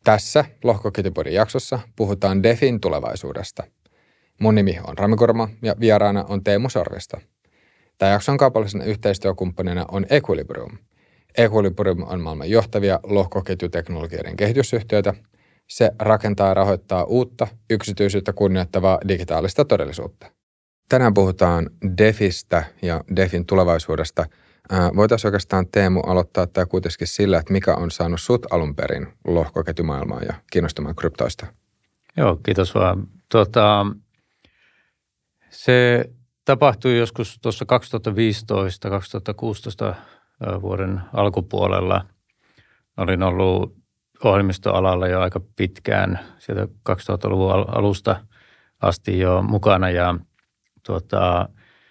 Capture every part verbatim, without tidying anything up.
Tässä Lohkoketjupodin jaksossa puhutaan DeFin tulevaisuudesta. Mun nimi on Rami Korma ja vieraana on Teemu Sorvisto. Tämä jakson kaupallisena yhteistyökumppanina on Equilibrium. Equilibrium on maailman johtavia lohkoketjuteknologioiden kehitysyhtiöitä. Se rakentaa ja rahoittaa uutta, yksityisyyttä kunnioittavaa digitaalista todellisuutta. Tänään puhutaan DeFistä ja DeFin tulevaisuudesta. Voitaisiin oikeastaan, Teemu, aloittaa tämä kuitenkin sillä, että mikä on saanut sut alun perin lohkoketjumaailmaan ja kiinnostumaan kryptoista? Joo, kiitos vaan. Tuota, se tapahtui joskus tuossa kaksituhattaviisitoista kaksituhattakuusitoista vuoden alkupuolella. Olin ollut ohjelmistoalalla jo aika pitkään, sieltä kaksituhattaluvun alusta asti jo mukana ja tuota,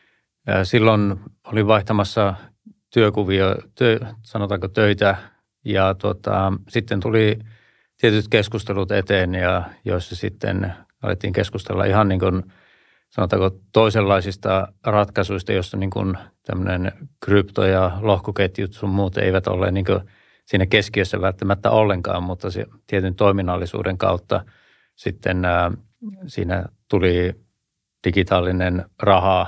silloin olin vaihtamassa työkuvia, tö, sanotaanko töitä ja tuota, sitten tuli tietyt keskustelut eteen ja joissa sitten alettiin keskustella ihan niin kuin sanotaanko toisenlaisista ratkaisuista, joissa niin kuin tämmöinen krypto ja lohkoketjut sun muut eivät ole niin kuin siinä keskiössä välttämättä ollenkaan, mutta se tietyn toiminnallisuuden kautta sitten ää, siinä tuli digitaalinen raha,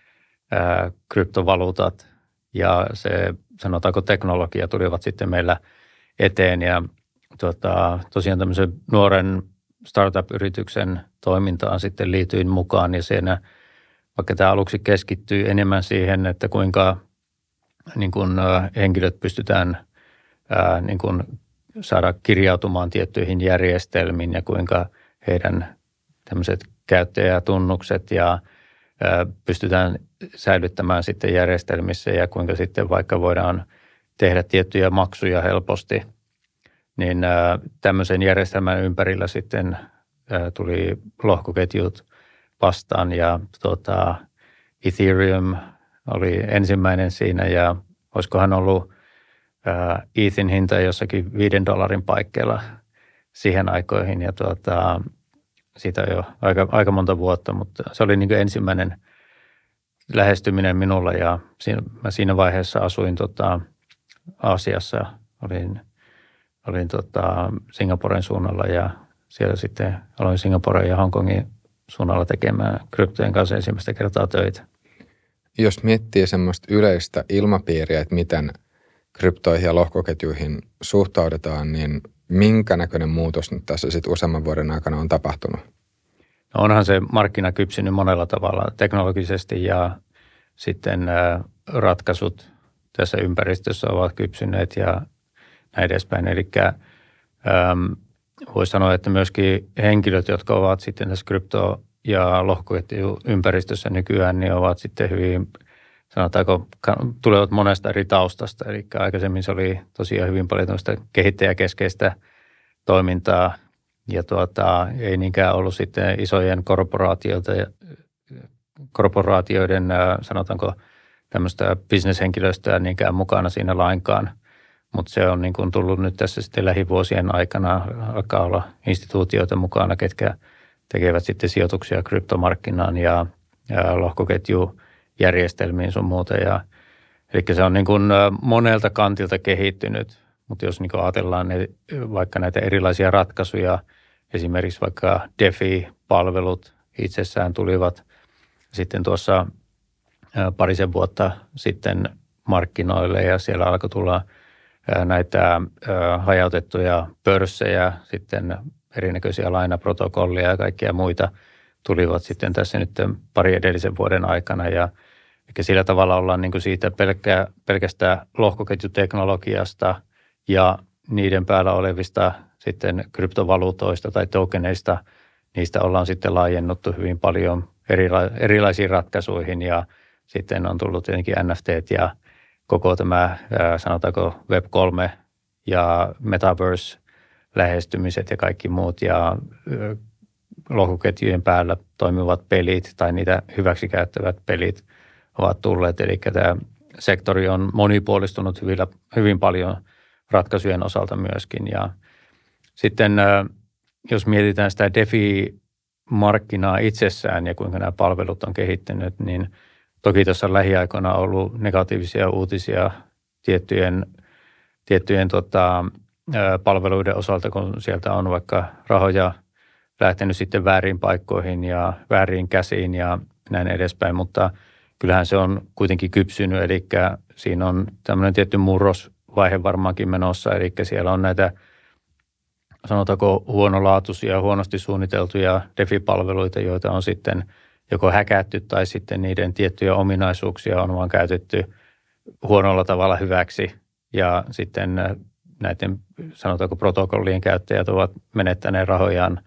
ää, kryptovaluutat ja se sanotaanko teknologia tulivat sitten meillä eteen ja tuota, tosiaan tämmöisen nuoren startup-yrityksen toimintaan sitten liityin mukaan ja siinä vaikka tämä aluksi keskittyy enemmän siihen, että kuinka niin kuin, ä, henkilöt pystytään ää, niin kuin saada kirjautumaan tiettyihin järjestelmiin ja kuinka heidän tämmöiset käyttäjätunnukset ja ää, pystytään säilyttämään sitten järjestelmissä ja kuinka sitten vaikka voidaan tehdä tiettyjä maksuja helposti, niin ää, tämmöisen järjestelmän ympärillä sitten ää, tuli lohkoketjut vastaan ja tota, Ethereum oli ensimmäinen siinä ja olisikohan ollut ää, Ethin hinta jossakin viiden dollarin paikkeilla siihen aikoihin ja tuota, siitä jo aika, aika monta vuotta, mutta se oli niin kuin ensimmäinen lähestyminen minulla ja siinä, mä siinä vaiheessa asuin tota, Aasiassa, olin, olin tota, Singaporen suunnalla ja siellä sitten aloin Singaporen ja Hongkongin suunnalla tekemään kryptojen kanssa ensimmäistä kertaa töitä. Jos miettii semmoista yleistä ilmapiiriä, että miten kryptoihin ja lohkoketjuihin suhtaudutaan, niin minkä näköinen muutos nyt tässä sitten useamman vuoden aikana on tapahtunut? No onhan se markkina kypsynyt monella tavalla teknologisesti ja sitten ä, ratkaisut tässä ympäristössä ovat kypsyneet ja näin edespäin. Eli voisi sanoa, että myöskin henkilöt, jotka ovat sitten tässä krypto- ja lohkoketjuympäristössä nykyään, niin ovat sitten hyvin, sanotaanko, tulevat monesta eri taustasta. Eli aikaisemmin se oli tosiaan hyvin paljon tämmöistä kehittäjäkeskeistä toimintaa ja tuota, ei niinkään ollut sitten isojen korporaatioita, korporaatioiden, sanotaanko, tämmöistä bisneshenkilöstöä niinkään mukana siinä lainkaan. Mutta se on niin kuin tullut nyt tässä sitten lähivuosien aikana, alkaa olla instituutioita mukana, ketkä tekevät sitten sijoituksia kryptomarkkinaan ja, ja lohkoketjujärjestelmiin sun muuta. Ja, eli se on niin kuin monelta kantilta kehittynyt, mutta jos niin kuin ajatellaan ne, vaikka näitä erilaisia ratkaisuja, esimerkiksi vaikka DeFi-palvelut itsessään tulivat sitten tuossa parisen vuotta sitten markkinoille ja siellä alkoi tulla näitä hajautettuja pörssejä, sitten erinäköisiä lainaprotokollia ja kaikkia muita tulivat sitten tässä nyt pari edellisen vuoden aikana. Ja eli sillä tavalla ollaan niin kuin siitä pelkkä, pelkästään lohkoketjuteknologiasta ja niiden päällä olevista sitten kryptovaluutoista tai tokeneista, niistä ollaan sitten laajennuttu hyvin paljon erila- erilaisiin ratkaisuihin ja sitten on tullut tietenkin N F T:t ja koko tämä, sanotaanko web kolme ja metaverse-lähestymiset ja kaikki muut ja lohkoketjujen päällä toimivat pelit tai niitä hyväksikäyttävät pelit ovat tulleet. Eli tämä sektori on monipuolistunut hyvin, hyvin paljon ratkaisujen osalta myöskin. Ja sitten jos mietitään sitä DeFi-markkinaa itsessään ja kuinka nämä palvelut on kehittynyt, niin toki tuossa lähiaikoina on ollut negatiivisia uutisia tiettyjen, tiettyjen tota, palveluiden osalta, kun sieltä on vaikka rahoja lähtenyt sitten väärin paikkoihin ja väärin käsiin ja näin edespäin, mutta kyllähän se on kuitenkin kypsynyt, eli siinä on tämmöinen tietty murrosvaihe varmaankin menossa, eli siellä on näitä sanotaanko huonolaatuisia, huonosti suunniteltuja DeFi-palveluita, joita on sitten joko häkätty tai sitten niiden tiettyjä ominaisuuksia on vaan käytetty huonolla tavalla hyväksi ja sitten näiden sanotaanko protokollien käyttäjät ovat menettäneet rahojaan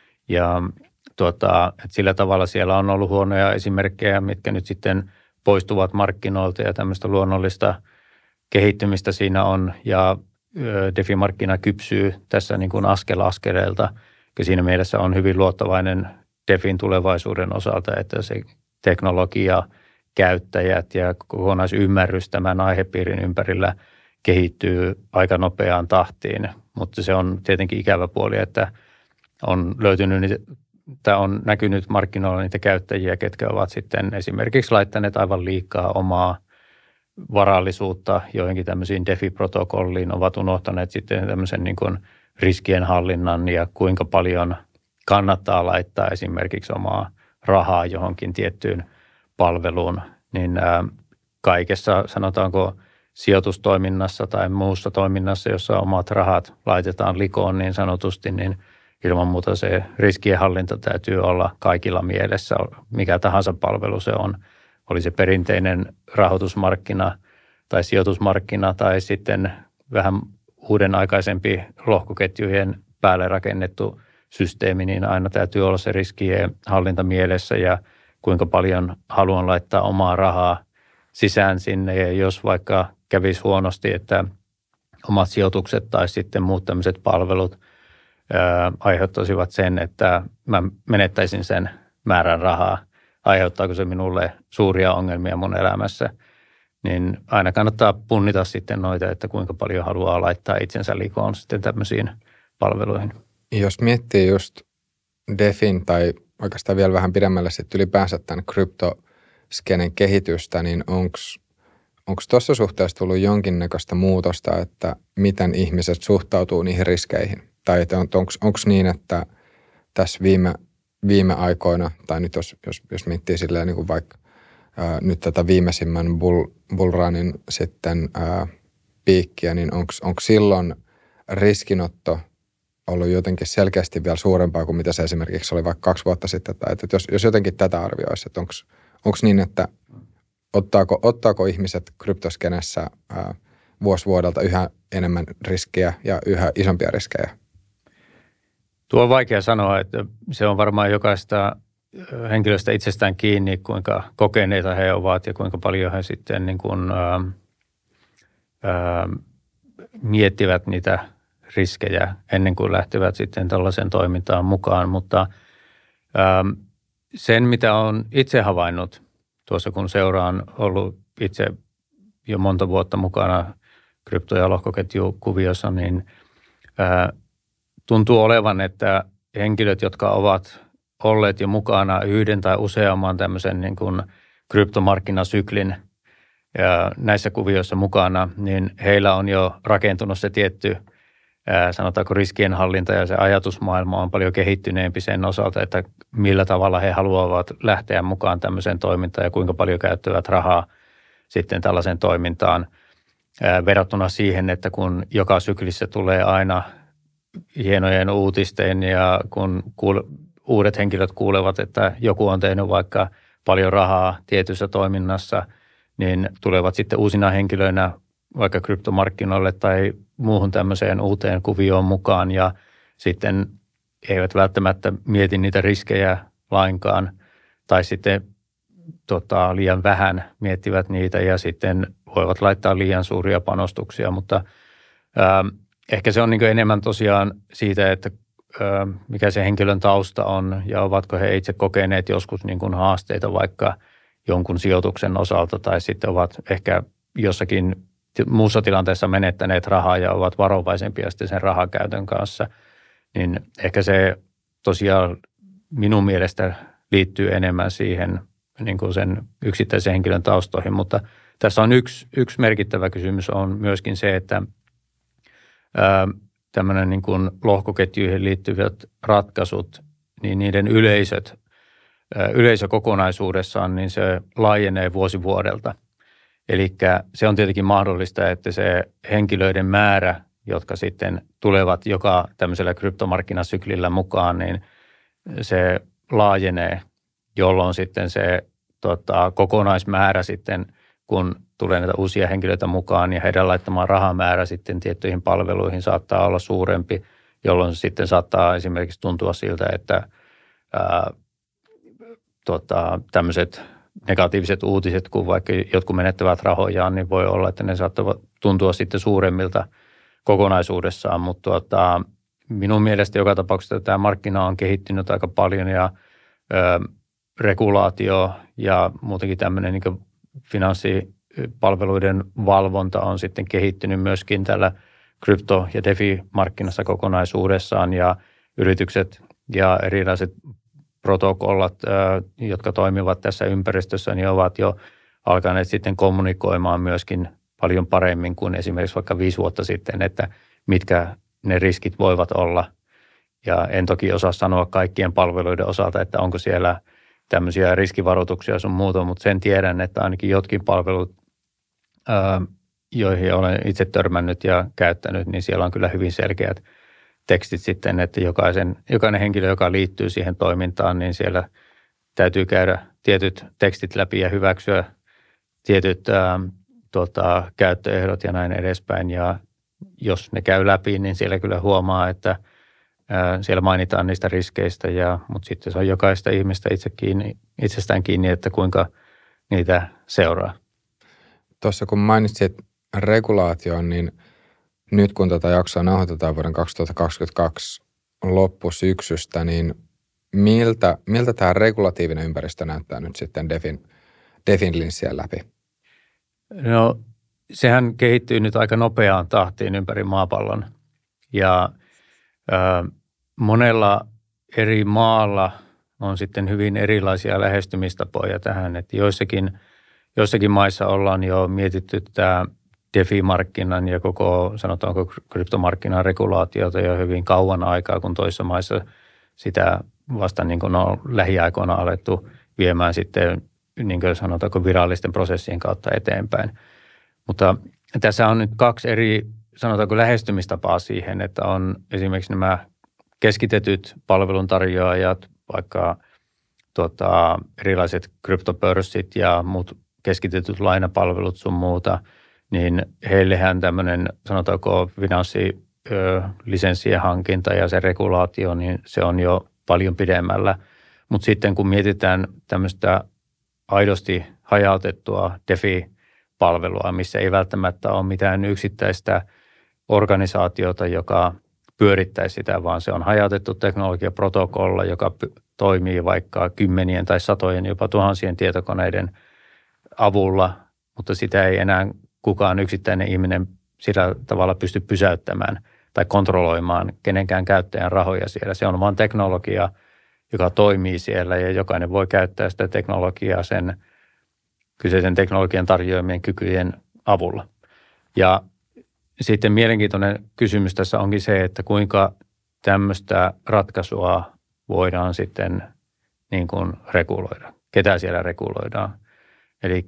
ja tuota, että sillä tavalla siellä on ollut huonoja esimerkkejä, mitkä nyt sitten poistuvat markkinoilta ja tämmöistä luonnollista kehittymistä siinä on ja DeFi-markkina kypsyy tässä niin kuin askel askeleelta. Ja siinä mielessä on hyvin luottavainen DeFin tulevaisuuden osalta, että se teknologia, käyttäjät ja kokonaisymmärrys tämän aihepiirin ympärillä kehittyy aika nopeaan tahtiin. Mutta se on tietenkin ikävä puoli, että on löytynyt niitä, tämä on näkynyt markkinoilla niitä käyttäjiä, ketkä ovat sitten esimerkiksi laittaneet aivan liikaa omaa varallisuutta joihinkin tämmöisiin DeFi-protokolliin, ovat unohtaneet sitten tämmöisen niin kuin riskienhallinnan ja kuinka paljon kannattaa laittaa esimerkiksi omaa rahaa johonkin tiettyyn palveluun, niin kaikessa sanotaanko sijoitustoiminnassa tai muussa toiminnassa, jossa omat rahat laitetaan likoon niin sanotusti, niin ilman muuta se riskienhallinta täytyy olla kaikilla mielessä, mikä tahansa palvelu se on. Oli se perinteinen rahoitusmarkkina tai sijoitusmarkkina tai sitten vähän uuden aikaisempi lohkoketjujen päälle rakennettu systeemi, niin aina täytyy olla se riskien hallinta mielessä ja kuinka paljon haluan laittaa omaa rahaa sisään sinne. Ja jos vaikka kävisi huonosti, että omat sijoitukset tai sitten muut tämmöiset palvelut ää, aiheuttaisivat sen, että mä menettäisin sen määrän rahaa, aiheuttaako se minulle suuria ongelmia mun elämässä, niin aina kannattaa punnita sitten noita, että kuinka paljon haluaa laittaa itsensä likoon sitten tämmöisiin palveluihin. Jos miettii just DeFin tai oikeastaan vielä vähän pidemmälle sitten ylipäänsä tämän kryptoskenen kehitystä, niin onko tuossa suhteessa tullut jonkinnäköistä muutosta, että miten ihmiset suhtautuu niihin riskeihin? Tai onko niin, että tässä viime viime aikoina, tai nyt jos, jos, jos miettii silleen niin kuin vaikka ää, nyt tätä viimeisimmän bull, bullrunin sitten ää, piikkiä, niin onko silloin riskinotto ollut jotenkin selkeästi vielä suurempaa kuin mitä se esimerkiksi oli vaikka kaksi vuotta sitten? Tai että jos, jos jotenkin tätä arvioisi, että onko niin, että ottaako, ottaako ihmiset kryptoskenessä ää, vuosi vuodelta yhä enemmän riskiä ja yhä isompia riskejä? Tuo on vaikea sanoa, että se on varmaan jokaista henkilöstä itsestään kiinni, kuinka kokeneita he ovat ja kuinka paljon he sitten niin kuin, ää, ää, miettivät niitä riskejä ennen kuin lähtevät sitten tällaiseen toimintaan mukaan. Mutta ää, sen, mitä olen itse havainnut tuossa, kun seuraan ollut itse jo monta vuotta mukana krypto- ja lohkoketjukuviossa, niin ää, tuntuu olevan, että henkilöt, jotka ovat olleet jo mukana yhden tai useamman tämmöisen niin kuin kryptomarkkinasyklin ja näissä kuvioissa mukana, niin heillä on jo rakentunut se tietty, ää, sanotaanko riskienhallinta ja se ajatusmaailma on paljon kehittyneempi sen osalta, että millä tavalla he haluavat lähteä mukaan tämmöiseen toimintaan ja kuinka paljon käyttävät rahaa sitten tällaiseen toimintaan ää, verrattuna siihen, että kun joka syklissä tulee aina hienojen uutisten ja kun kuule, uudet henkilöt kuulevat, että joku on tehnyt vaikka paljon rahaa tietyssä toiminnassa, niin tulevat sitten uusina henkilöinä vaikka kryptomarkkinoille tai muuhun tämmöiseen uuteen kuvioon mukaan ja sitten eivät välttämättä mieti niitä riskejä lainkaan tai sitten tota, liian vähän miettivät niitä ja sitten voivat laittaa liian suuria panostuksia, mutta ää, ehkä se on niin kuin enemmän tosiaan siitä, että ö, mikä se henkilön tausta on ja ovatko he itse kokeneet joskus niin kuin haasteita vaikka jonkun sijoituksen osalta tai sitten ovat ehkä jossakin muussa tilanteessa menettäneet rahaa ja ovat varovaisempia sitten sen rahakäytön kanssa. Niin ehkä se tosiaan minun mielestä liittyy enemmän siihen niin kuin sen yksittäisen henkilön taustoihin, mutta tässä on yksi, yksi merkittävä kysymys on myöskin se, että tämmöinen niin kuin lohkoketjuihin liittyvät ratkaisut, niin niiden yleisöt, yleisö kokonaisuudessaan, niin se laajenee vuosi vuodelta. Eli se on tietenkin mahdollista, että se henkilöiden määrä, jotka sitten tulevat joka tämmöisellä kryptomarkkinasyklillä mukaan, niin se laajenee, jolloin sitten se tota, kokonaismäärä sitten, kun tulee näitä uusia henkilöitä mukaan ja heidän laittamaan rahamäärä sitten tiettyihin palveluihin saattaa olla suurempi, jolloin se sitten saattaa esimerkiksi tuntua siltä, että ää, tota, tämmöiset negatiiviset uutiset, kun vaikka jotkut menettävät rahojaan, niin voi olla, että ne saattavat tuntua sitten suuremmilta kokonaisuudessaan, mutta tuota, minun mielestä joka tapauksessa tämä markkina on kehittynyt aika paljon ja ö, regulaatio ja muutenkin tämmöinen niin finanssipalveluiden valvonta on sitten kehittynyt myöskin tällä krypto- ja defi-markkinassa kokonaisuudessaan ja yritykset ja erilaiset protokollat, ö, jotka toimivat tässä ympäristössä, niin ovat jo alkaneet sitten kommunikoimaan myöskin paljon paremmin kuin esimerkiksi vaikka viisi vuotta sitten, että mitkä ne riskit voivat olla. Ja en toki osaa sanoa kaikkien palveluiden osalta, että onko siellä tämmöisiä riskivaroituksia sun muuta, mutta sen tiedän, että ainakin jotkin palvelut, ää, joihin olen itse törmännyt ja käyttänyt, niin siellä on kyllä hyvin selkeät tekstit sitten, että jokaisen, jokainen henkilö, joka liittyy siihen toimintaan, niin siellä täytyy käydä tietyt tekstit läpi ja hyväksyä tietyt ää, Tuota, käyttöehdot ja näin edespäin. Ja jos ne käy läpi, niin siellä kyllä huomaa, että ää, siellä mainitaan niistä riskeistä, ja, mutta sitten se on jokaista ihmistä itse kiinni, itsestään kiinni, että kuinka niitä seuraa. Tuossa kun mainitsit regulaation, niin nyt kun tätä jaksoa nauhoitetaan vuoden kaksituhattakaksikymmentäkaksi loppusyksystä, niin miltä, miltä tämä regulatiivinen ympäristö näyttää nyt sitten Defin, Defin linssien läpi? No sehän kehittyy nyt aika nopeaan tahtiin ympäri maapallon ja ö, monella eri maalla on sitten hyvin erilaisia lähestymistapoja tähän, että joissakin, joissakin maissa ollaan jo mietitty tämä DeFi-markkinan ja koko sanotaanko kryptomarkkinan regulaatiota jo hyvin kauan aikaa, kun toisissa maissa sitä vasta niin kuin on lähiaikoina alettu viemään sitten niin kuin sanotaanko virallisten prosessien kautta eteenpäin. Mutta tässä on nyt kaksi eri sanotaanko lähestymistapaa siihen, että on esimerkiksi nämä keskitetyt palveluntarjoajat, vaikka tota, erilaiset kryptopörssit ja muut keskitetyt lainapalvelut sun muuta, niin heillehän tämmöinen sanotaanko finanssilisenssien hankinta ja se regulaatio, niin se on jo paljon pidemmällä. Mutta sitten kun mietitään tämmöistä aidosti hajautettua DeFi-palvelua, missä ei välttämättä ole mitään yksittäistä organisaatiota, joka pyörittäisi sitä, vaan se on hajautettu teknologiaprotokolla, joka toimii vaikka kymmenien tai satojen, jopa tuhansien tietokoneiden avulla, mutta sitä ei enää kukaan yksittäinen ihminen sillä tavalla pysty pysäyttämään tai kontrolloimaan kenenkään käyttäjän rahoja siellä. Se on vain teknologia, joka toimii siellä ja jokainen voi käyttää sitä teknologiaa sen kyseisen teknologian tarjoamien kykyjen avulla. Ja sitten mielenkiintoinen kysymys tässä onkin se, että kuinka tämmöistä ratkaisua voidaan sitten niin kuin reguloida. Ketä siellä reguloidaan? Eli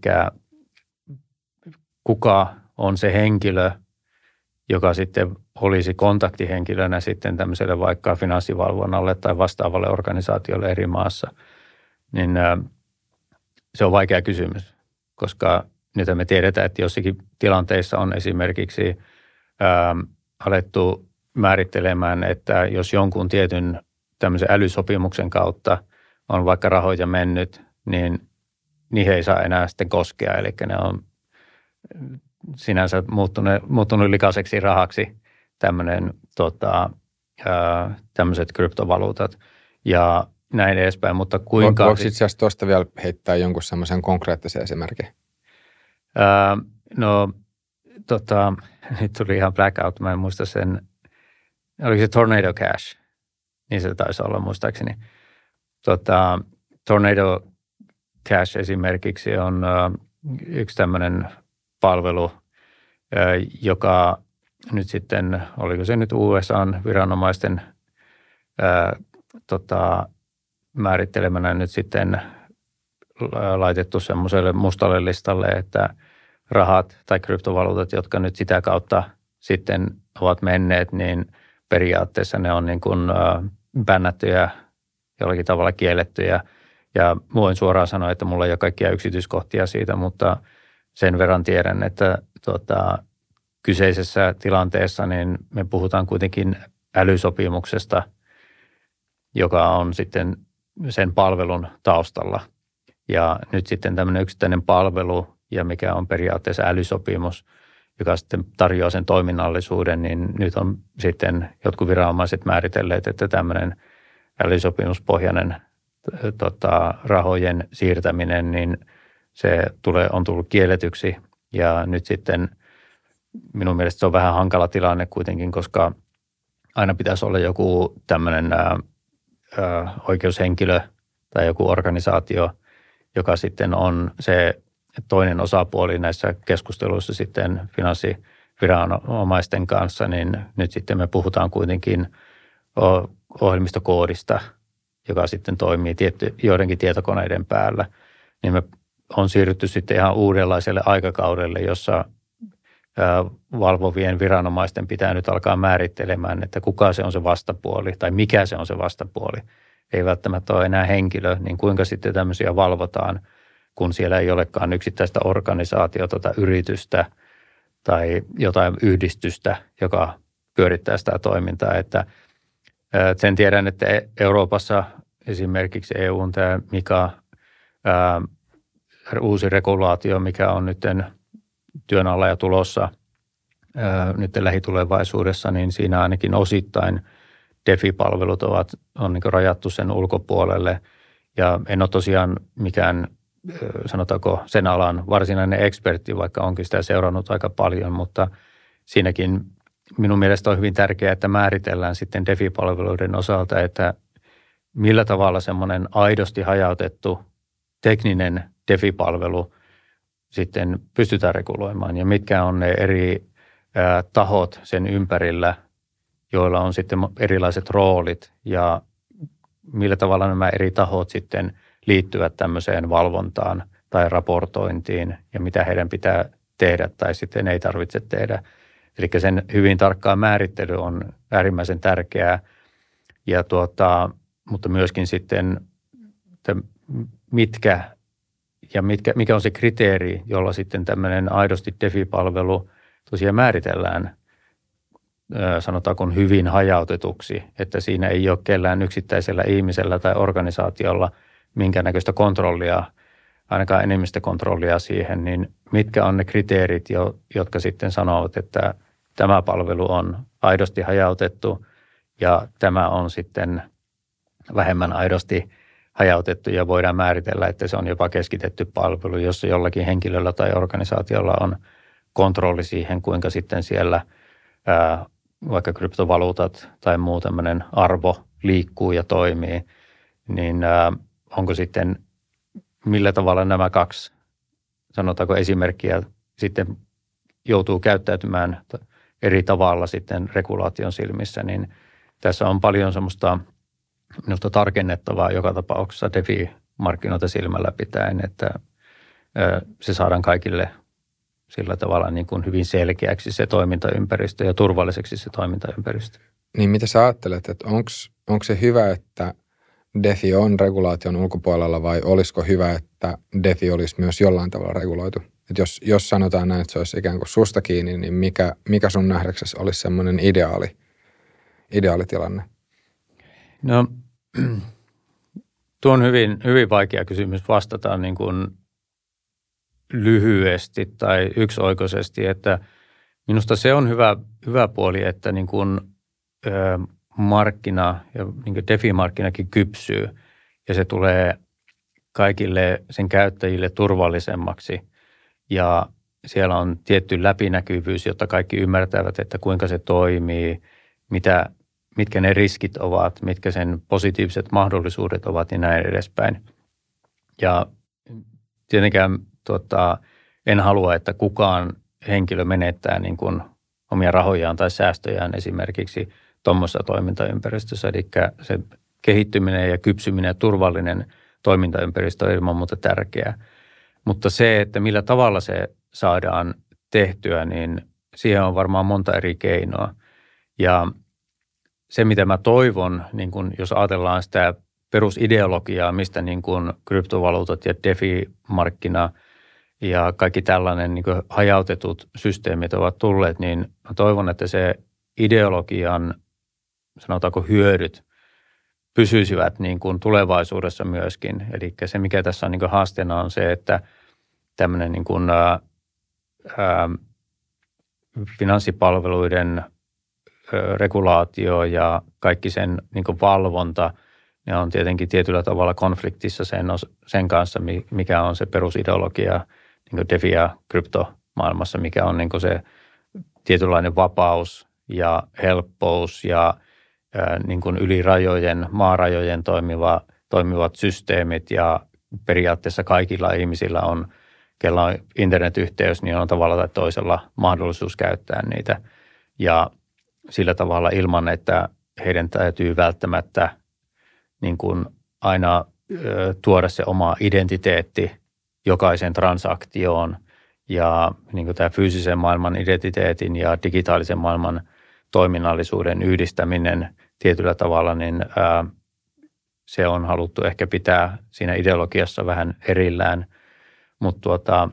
kuka on se henkilö, joka sitten olisi kontaktihenkilönä sitten tämmöiselle vaikka finanssivalvonnalle tai vastaavalle organisaatiolle eri maassa, niin se on vaikea kysymys, koska nyt me tiedetään, että jossakin tilanteissa on esimerkiksi ää, alettu määrittelemään, että jos jonkun tietyn tämmöisen älysopimuksen kautta on vaikka rahoja mennyt, niin niihin ei saa enää sitten koskea, eli ne on sinänsä muuttunut, muuttunut likaiseksi rahaksi tämmöinen, tota, ää, tämmöiset kryptovaluutat ja näin edespäin, mutta kuinka... Voiko itse asiassa tuosta vielä heittää jonkun semmoisen konkreettisen esimerkin? Ää, no, tota, nyt tuli ihan blackout, mä en muista sen, oliko se Tornado Cash, niin se taisi olla muistaakseni. Tota, Tornado Cash esimerkiksi on ää, yksi tämmöinen palvelu, joka nyt sitten, oliko se nyt U S A:n viranomaisten ää, tota, määrittelemänä nyt sitten laitettu semmoiselle mustalle listalle, että rahat tai kryptovaluutat, jotka nyt sitä kautta sitten ovat menneet, niin periaatteessa ne on niin kuin äh, bännättyjä, jollakin tavalla kiellettyjä. Ja voin suoraan sanoa, että mulla ei ole kaikkia yksityiskohtia siitä, mutta sen verran tiedän, että tota, kyseisessä tilanteessa niin me puhutaan kuitenkin älysopimuksesta, joka on sitten sen palvelun taustalla. Ja nyt sitten tämmöinen yksittäinen palvelu, ja mikä on periaatteessa älysopimus, joka sitten tarjoaa sen toiminnallisuuden, niin nyt on sitten jotkut viranomaiset määritelleet, että tämmöinen älysopimuspohjainen tota, rahojen siirtäminen, niin se tulee, on tullut kielletyksi. Ja nyt sitten minun mielestä se on vähän hankala tilanne kuitenkin, koska aina pitäisi olla joku tämmöinen ää, ää, oikeushenkilö tai joku organisaatio, joka sitten on se toinen osapuoli näissä keskusteluissa sitten finanssiviranomaisten kanssa, niin nyt sitten me puhutaan kuitenkin ohjelmistokoodista, joka sitten toimii tietty, joidenkin tietokoneiden päällä. Niin me on siirrytty sitten ihan uudenlaiselle aikakaudelle, jossa valvovien viranomaisten pitää nyt alkaa määrittelemään, että kuka se on se vastapuoli tai mikä se on se vastapuoli. Ei välttämättä ole enää henkilö, niin kuinka sitten tämmöisiä valvotaan, kun siellä ei olekaan yksittäistä organisaatiota tai yritystä tai jotain yhdistystä, joka pyörittää sitä toimintaa. Että sen tiedän, että Euroopassa esimerkiksi E U:n tämä Mika, ää, uusi regulaatio, mikä on nyt työn alla ja tulossa ää, nyt lähitulevaisuudessa, niin siinä ainakin osittain DeFi-palvelut ovat, on niin kuin rajattu sen ulkopuolelle. Ja en ole tosiaan mikään, sanotaanko sen alan varsinainen ekspertti, vaikka onkin sitä seurannut aika paljon, mutta siinäkin minun mielestä on hyvin tärkeää, että määritellään sitten DeFi-palveluiden osalta, että millä tavalla semmoinen aidosti hajautettu tekninen DeFi-palvelu sitten pystytään reguloimaan ja mitkä on ne eri ää, tahot sen ympärillä, joilla on sitten erilaiset roolit ja millä tavalla nämä eri tahot sitten liittyvät tämmöiseen valvontaan tai raportointiin ja mitä heidän pitää tehdä tai sitten ei tarvitse tehdä. Eli sen hyvin tarkkaa määrittely on äärimmäisen tärkeää, ja tuota, mutta myöskin sitten, että mitkä ja mitkä, mikä on se kriteeri, jolla sitten tämmöinen aidosti DeFi-palvelu tosiaan määritellään, sanotaanko hyvin hajautetuksi, että siinä ei ole kellään yksittäisellä ihmisellä tai organisaatiolla minkäännäköistä kontrollia, ainakaan enemmistökontrollia siihen, niin mitkä on ne kriteerit, jotka sitten sanovat, että tämä palvelu on aidosti hajautettu ja tämä on sitten vähemmän aidosti hajautettu ja voidaan määritellä, että se on jopa keskitetty palvelu, jossa jollakin henkilöllä tai organisaatiolla on kontrolli siihen, kuinka sitten siellä ää, vaikka kryptovaluutat tai muu tämmöinen arvo liikkuu ja toimii, niin ää, onko sitten millä tavalla nämä kaksi, sanotaanko esimerkkiä, sitten joutuu käyttäytymään eri tavalla sitten regulaation silmissä, niin tässä on paljon semmoista minusta tarkennettavaa joka tapauksessa DeFi-markkinoita silmällä pitäen, että se saadaan kaikille sillä tavalla niin kuin hyvin selkeäksi se toimintaympäristö ja turvalliseksi se toimintaympäristö. Niin mitä sä ajattelet, että onko se hyvä, että DeFi on regulaation ulkopuolella vai olisiko hyvä, että DeFi olisi myös jollain tavalla reguloitu? Että jos, jos sanotaan näin, että se olisi ikään kuin susta kiinni, niin mikä, mikä sun nähdäksesi olisi semmoinen ideaali, ideaalitilanne? No, tuo on hyvin, hyvin vaikea kysymys vastata niin kuin lyhyesti tai yksioikoisesti, että minusta se on hyvä, hyvä puoli, että niin kuin, ö, markkina ja niin kuin DeFi-markkinakin kypsyy ja se tulee kaikille sen käyttäjille turvallisemmaksi ja siellä on tietty läpinäkyvyys, jotta kaikki ymmärtävät, että kuinka se toimii, mitä, mitkä ne riskit ovat, mitkä sen positiiviset mahdollisuudet ovat ja näin edespäin. Ja tietenkään tota, en halua, että kukaan henkilö menettää niin kuin omia rahojaan tai säästöjään esimerkiksi tuommoisessa toimintaympäristössä. Eli se kehittyminen ja kypsyminen ja turvallinen toimintaympäristö on ilman muuta tärkeää. Mutta se, että millä tavalla se saadaan tehtyä, niin siihen on varmaan monta eri keinoa. Ja se, mitä mä toivon, niin kun jos ajatellaan sitä perusideologiaa, mistä niin kun kryptovaluutat ja DeFi-markkina ja kaikki tällainen niin kun hajautetut systeemit ovat tulleet, niin mä toivon, että se ideologian, sanotaanko hyödyt, pysyisivät niin kuin tulevaisuudessa myöskin. Eli se, mikä tässä on niin kuin haasteena, on se, että tämmöinen niin kuin, ää, ää, finanssipalveluiden ää, regulaatio ja kaikki sen niin kuin valvonta, ne on tietenkin tietyllä tavalla konfliktissa sen, sen kanssa, mikä on se perusideologia niin kuin DeFi- ja kryptomaailmassa, mikä on niin kuin se tietynlainen vapaus ja helppous ja niin kuin yli rajojen, maarajojen toimiva, toimivat systeemit ja periaatteessa kaikilla ihmisillä on, kella on internetyhteys, niin on tavalla tai toisella mahdollisuus käyttää niitä. Ja sillä tavalla ilman, että heidän täytyy välttämättä niin kuin aina ö, tuoda se oma identiteetti jokaisen transaktioon ja niin kuin tämä fyysisen maailman identiteetin ja digitaalisen maailman toiminnallisuuden yhdistäminen tietyllä tavalla, niin ää, se on haluttu ehkä pitää siinä ideologiassa vähän erillään. Mutta tuota,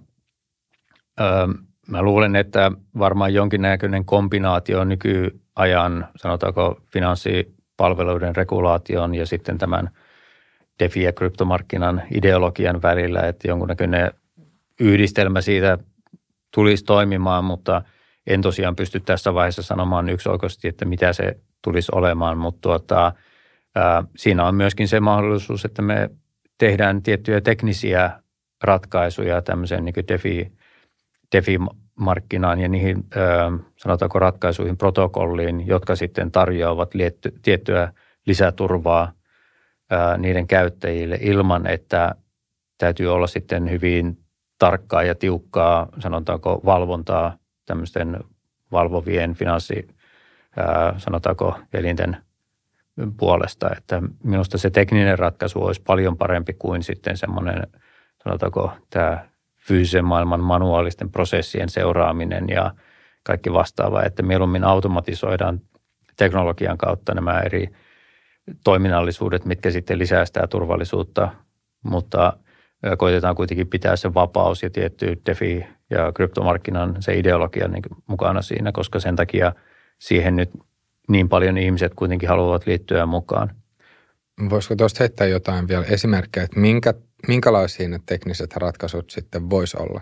ää, mä luulen, että varmaan jonkinnäköinen kombinaatio nykyajan, sanotaanko finanssipalveluiden regulaation ja sitten tämän DeFi- ja kryptomarkkinan ideologian välillä, että jonkunnäköinen yhdistelmä siitä tulisi toimimaan, mutta en tosiaan pysty tässä vaiheessa sanomaan yksioikoisesti, että mitä se tulisi olemaan, mutta tuota, ää, siinä on myöskin se mahdollisuus, että me tehdään tiettyjä teknisiä ratkaisuja tämmöiseen niin kuin DeFi, DeFi-markkinaan ja niihin ää, sanotaanko ratkaisuihin, protokolliin, jotka sitten tarjoavat lietty, tiettyä lisäturvaa ää, niiden käyttäjille ilman, että täytyy olla sitten hyvin tarkkaa ja tiukkaa, sanotaanko valvontaa tämmöisten valvovien finanssi, ää, sanotaanko elinten puolesta, että minusta se tekninen ratkaisu olisi paljon parempi kuin sitten semmoinen, sanotaanko tämä fyysisen maailman manuaalisten prosessien seuraaminen ja kaikki vastaava, että mieluummin automatisoidaan teknologian kautta nämä eri toiminnallisuudet, mitkä sitten lisää sitä turvallisuutta, mutta koitetaan kuitenkin pitää se vapaus ja tietty DeFi ja kryptomarkkinan se ideologia niin mukana siinä, koska sen takia siihen nyt niin paljon ihmiset kuitenkin haluavat liittyä mukaan. Voisiko tuosta heittää jotain vielä esimerkkejä, että minkä, minkälaisia ne tekniset ratkaisut sitten voisi olla?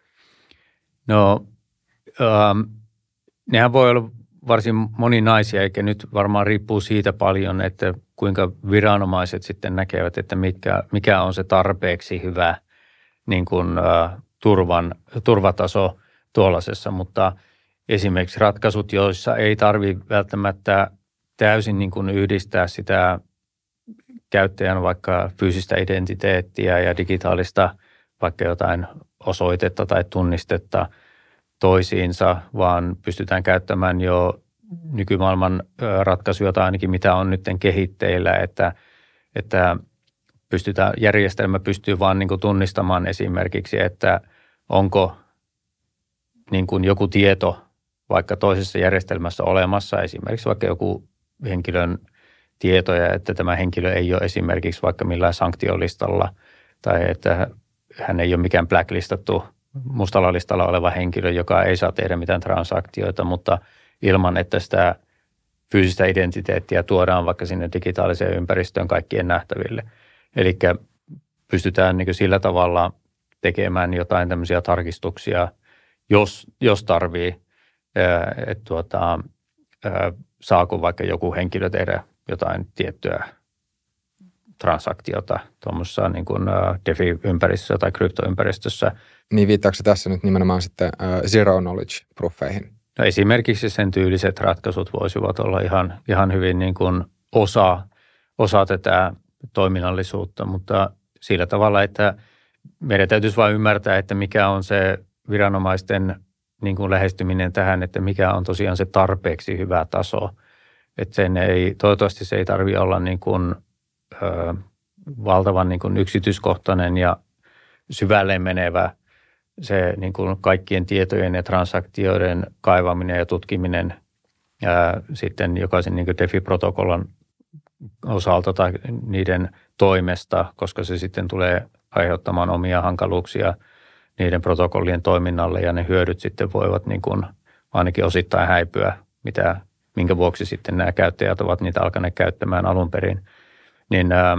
No, ähm, nehän voi olla varsin moninaisia, eikä nyt varmaan riippuu siitä paljon, että kuinka viranomaiset sitten näkevät, että mitkä, mikä on se tarpeeksi hyvä niin kuin, äh, turvan, turvataso tuollaisessa, mutta esimerkiksi ratkaisut, joissa ei tarvitse välttämättä täysin niin kuin yhdistää sitä käyttäjän vaikka fyysistä identiteettiä ja digitaalista vaikka jotain osoitetta tai tunnistetta toisiinsa, vaan pystytään käyttämään jo nykymaailman ratkaisuja tai ainakin mitä on nyt kehitteillä, että, että pystytään, järjestelmä pystyy vaan niin kuin tunnistamaan esimerkiksi, että onko niin kuin joku tieto vaikka toisessa järjestelmässä olemassa, esimerkiksi vaikka joku henkilön tietoja, että tämä henkilö ei ole esimerkiksi vaikka millään sanktiolistalla tai että hän ei ole mikään blacklistattu mustalla listalla oleva henkilö, joka ei saa tehdä mitään transaktioita, mutta ilman, että sitä fyysistä identiteettiä tuodaan vaikka sinne digitaaliseen ympäristöön kaikkien nähtäville. Eli pystytään niin kuin sillä tavalla tekemään jotain tämmöisiä tarkistuksia, jos, jos tarvii, että tuota, saako vaikka joku henkilö tehdä jotain tiettyä transaktiota tuommoisessa niin kuin DeFi-ympäristössä tai kryptoympäristössä. Niin viittaako se tässä nyt nimenomaan sitten uh, zero knowledge proofeihin? No esimerkiksi sen tyyliset ratkaisut voisivat olla ihan, ihan hyvin niin kuin osa, osa tätä toiminnallisuutta, mutta sillä tavalla, että meidän täytyisi vain ymmärtää, että mikä on se viranomaisten niin kuin lähestyminen tähän, että mikä on tosiaan se tarpeeksi hyvä taso. Että sen ei, toivottavasti se ei tarvitse olla niin kuin, ö, valtavan niin kuin yksityiskohtainen ja syvälle menevä se niin kuin kaikkien tietojen ja transaktioiden kaivaminen ja tutkiminen ää, sitten jokaisen niin kuin DeFi-protokollan osalta tai niiden toimesta, koska se sitten tulee aiheuttamaan omia hankaluuksia niiden protokollien toiminnalle ja ne hyödyt sitten voivat niin kuin ainakin osittain häipyä, mitä, minkä vuoksi sitten nämä käyttäjät ovat niitä alkaneet käyttämään alun perin. Niin ää,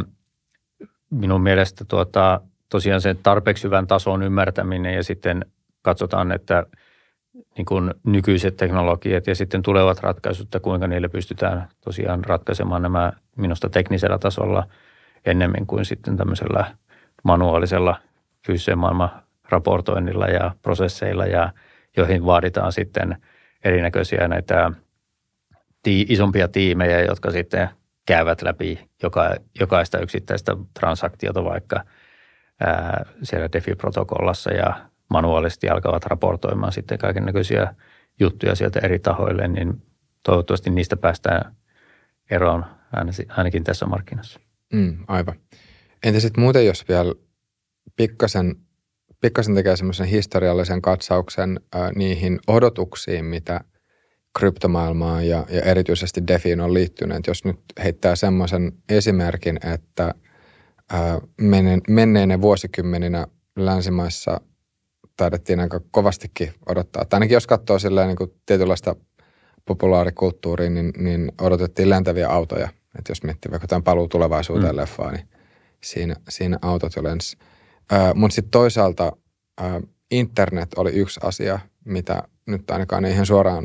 minun mielestä tuota, tosiaan sen tarpeeksi hyvän tason ymmärtäminen ja sitten katsotaan, että niin kuin nykyiset teknologiat ja sitten tulevat ratkaisut, että kuinka niille pystytään tosiaan ratkaisemaan nämä minusta teknisellä tasolla ennemmin kuin sitten tämmöisellä manuaalisella fyysisen maailman raportoinnilla ja prosesseilla, ja joihin vaaditaan sitten erinäköisiä näitä tii, isompia tiimejä, jotka sitten käyvät läpi joka, jokaista yksittäistä transaktiota vaikka ää, siellä DeFi-protokollassa ja manuaalisesti alkavat raportoimaan sitten kaikennäköisiä juttuja sieltä eri tahoille, niin toivottavasti niistä päästään eroon ainakin tässä markkinassa. Mm, aivan. Entä sitten muuten, jos vielä pikkasen, pikkasen tekee semmoisen historiallisen katsauksen äh, niihin odotuksiin, mitä kryptomaailmaan ja, ja erityisesti DeFiin on liittynyt. Jos nyt heittää semmoisen esimerkin, että äh, menneinä vuosikymmeninä länsimaissa taidettiin aika kovastikin odottaa. Tai ainakin jos katsoo silleen niin kuin tietynlaista populaarikulttuuria, niin, niin odotettiin lentäviä autoja. Että jos miettii vaikka tämän paluu tulevaisuuteen mm. leffaa, niin siinä, siinä autot jo lensi. Äh, mutta sitten toisaalta äh, internet oli yksi asia, mitä nyt ainakaan ei ihan suoraan,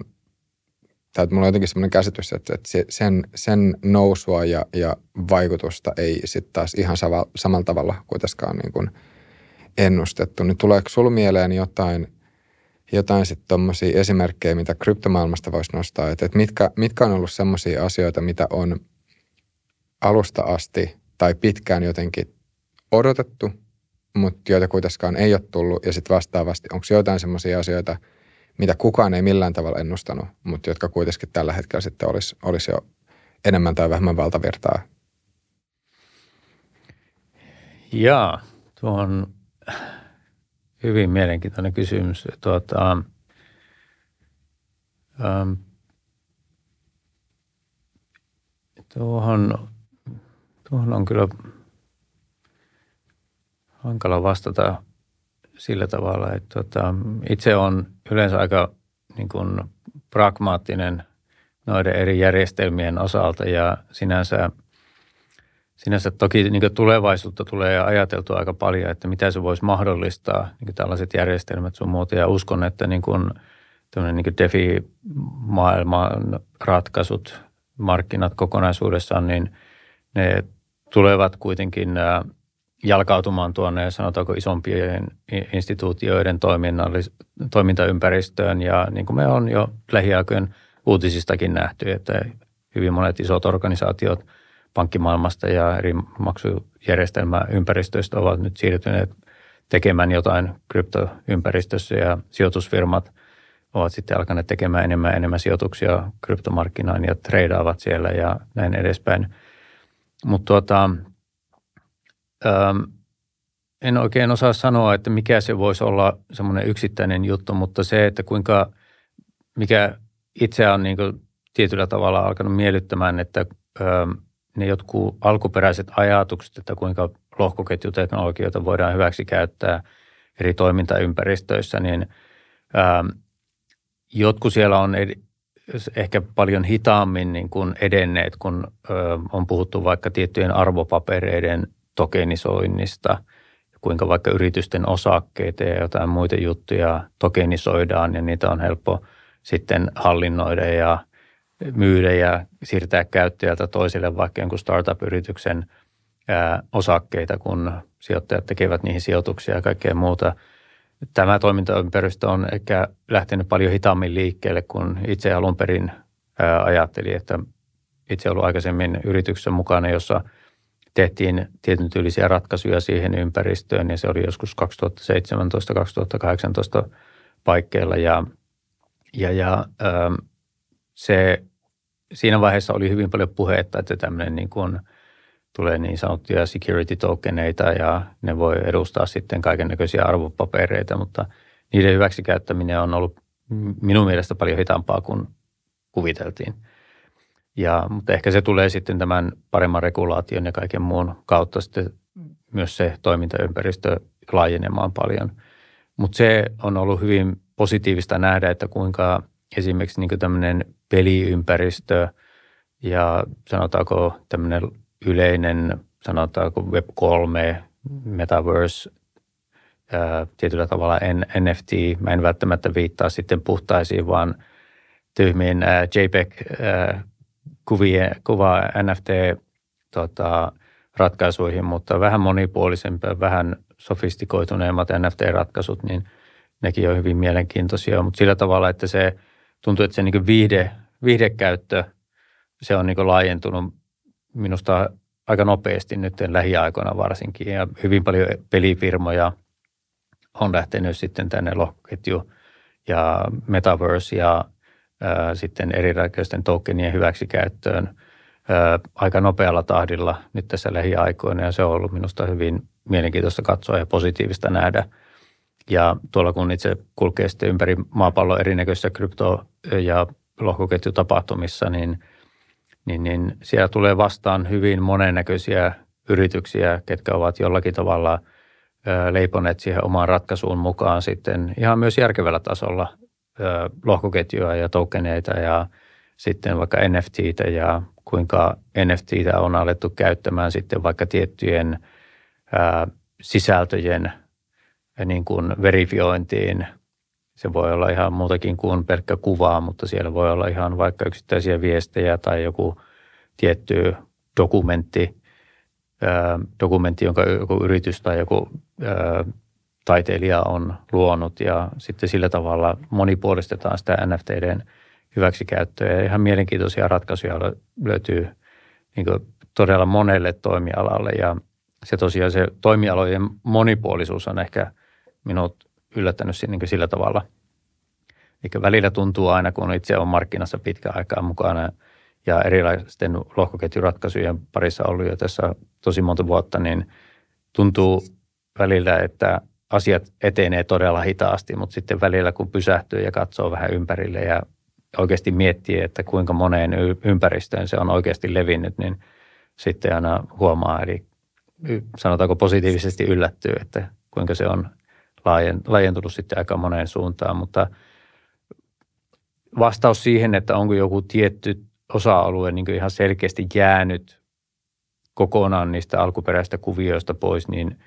tai mulla on jotenkin semmoinen käsitys, että, että sen, sen nousua ja, ja vaikutusta ei sitten taas ihan sama, samalla tavalla kuitenkaan niin kuin ennustettu. Niin tuleeko sulla mieleen jotain, jotain sitten tuommoisia esimerkkejä, mitä kryptomaailmasta voisi nostaa? Että, että mitkä, mitkä on ollut semmoisia asioita, mitä on alusta asti tai pitkään jotenkin odotettu, mutta joita kuitenkaan ei ole tullut, ja sitten vastaavasti, onko jotain semmoisia asioita, mitä kukaan ei millään tavalla ennustanut, mutta jotka kuitenkin tällä hetkellä sitten olisi, olisi jo enemmän tai vähemmän valtavirtaa? Jaa, tuo on hyvin mielenkiintoinen kysymys. Tuota, ähm, tuohon, tuohon on kyllä hankala vastata sillä tavalla, että tuota, itse on yleensä aika niin kuin pragmaattinen noiden eri järjestelmien osalta, ja sinänsä, sinänsä toki niin kuin tulevaisuutta tulee ajateltua aika paljon, että mitä se voisi mahdollistaa, niin kuin tällaiset järjestelmät sun muuta, ja uskon, että niin kuin, niin kuin DeFi-maailman ratkaisut, markkinat kokonaisuudessaan, niin ne tulevat kuitenkin jalkautumaan tuonne, sanotaanko, isompien instituutioiden toimintaympäristöön. Ja niin kuin me on jo lähiaikojen uutisistakin nähty, että hyvin monet isot organisaatiot pankkimaailmasta ja eri maksujärjestelmäympäristöistä ovat nyt siirtyneet tekemään jotain kryptoympäristössä, ja sijoitusfirmat ovat sitten alkaneet tekemään enemmän ja enemmän sijoituksia kryptomarkkinaan ja treidaavat siellä ja näin edespäin. Mutta tuota, ähm, en oikein osaa sanoa, että mikä se voisi olla semmoinen yksittäinen juttu, mutta se, että kuinka, mikä itse on niin kuin tietyllä tavalla alkanut miellyttämään, että ähm, ne jotkut alkuperäiset ajatukset, että kuinka lohkoketjuteknologioita voidaan hyväksi käyttää eri toimintaympäristöissä, niin ähm, jotkut siellä on ed- ehkä paljon hitaammin niin kuin edenneet, kun ö, on puhuttu vaikka tiettyjen arvopapereiden tokenisoinnista, kuinka vaikka yritysten osakkeita ja jotain muita juttuja tokenisoidaan, ja niitä on helppo sitten hallinnoida ja myydä ja siirtää käyttäjältä toiselle vaikka jonkun startup-yrityksen ää, osakkeita, kun sijoittajat tekevät niihin sijoituksia ja kaikkea muuta. Tämä toimintaympäristö on ehkä lähtenyt paljon hitaammin liikkeelle, kun itse alun perin ää, ajattelin, että itse ollut aikaisemmin yrityksessä mukana, jossa tehtiin tietyn tyylisiä ratkaisuja siihen ympäristöön, ja se oli joskus kaksituhattaseitsemäntoista kaksituhattakahdeksantoista paikkeilla, ja Ja, ja ähm, se, siinä vaiheessa oli hyvin paljon puhetta, että tämmöinen niin kuin tulee niin sanottuja security tokeneita ja ne voi edustaa sitten kaikennäköisiä arvopapereita, mutta niiden hyväksikäyttäminen on ollut minun mielestä paljon hitaampaa kuin kuviteltiin. Ja, mutta ehkä se tulee sitten tämän paremman regulaation ja kaiken muun kautta sitten myös se toimintaympäristö laajenemaan paljon. Mutta se on ollut hyvin positiivista nähdä, että kuinka esimerkiksi niin kuin tämmöinen peliympäristö ja sanotaanko tämmöinen yleinen, sanotaanko web kolme, metaverse, ää, tietyllä tavalla N F T. Mä en välttämättä viittaa sitten puhtaisiin, vaan tyhmiin ää, JPEG-kuvia, kuva N F T-ratkaisuihin, mutta vähän monipuolisempia, vähän sofistikoituneemmat N F T-ratkaisut, niin nekin on hyvin mielenkiintoisia, mutta sillä tavalla, että se tuntuu, että se niin kuin viihde, viihdekäyttö, se on niin kuin laajentunut minusta aika nopeasti nyt lähiaikoina varsinkin, ja hyvin paljon pelifirmoja on lähtenyt sitten tänne lohkoketju ja metaverse ja ää, sitten erilaisten tokenien hyväksikäyttöön ää, aika nopealla tahdilla nyt tässä lähiaikoina, ja se on ollut minusta hyvin mielenkiintoista katsoa ja positiivista nähdä. Ja tuolla kun itse kulkee sitten ympäri maapallon erinäköisissä krypto- ja lohkoketjutapahtumissa, niin, niin, niin siellä tulee vastaan hyvin monennäköisiä yrityksiä, ketkä ovat jollakin tavalla ö, leiponeet siihen omaan ratkaisuun mukaan sitten ihan myös järkevällä tasolla ö, lohkoketjua ja tokeneita ja sitten vaikka N F T:tä ja kuinka N F T:tä on alettu käyttämään sitten vaikka tiettyjen ö, sisältöjen niin kuin verifiointiin. Se voi olla ihan muutakin kuin pelkkä kuvaa, mutta siellä voi olla ihan vaikka yksittäisiä viestejä tai joku tietty dokumentti, ää, dokumentti, jonka joku yritys tai joku ää, taiteilija on luonut, ja sitten sillä tavalla monipuolistetaan sitä N F T:den hyväksikäyttöä. Ja ihan mielenkiintoisia ratkaisuja löytyy niin kuin todella monelle toimialalle, ja se tosiaan se toimialojen monipuolisuus on ehkä minut yllättänyt niin kuin sillä tavalla. Eli välillä tuntuu aina, kun itse on markkinassa pitkä aikaa mukana ja erilaisten lohkoketjuratkaisujen parissa ollut jo tässä tosi monta vuotta, niin tuntuu välillä, että asiat etenee todella hitaasti, mutta sitten välillä kun pysähtyy ja katsoo vähän ympärille ja oikeasti miettii, että kuinka moneen ympäristöön se on oikeasti levinnyt, niin sitten aina huomaa, eli sanotaanko positiivisesti yllättyy, että kuinka se on laajentunut sitten aika moneen suuntaan, mutta vastaus siihen, että onko joku tietty osa-alue niin kuin ihan selkeästi jäänyt kokonaan niistä alkuperäistä kuvioista pois, niin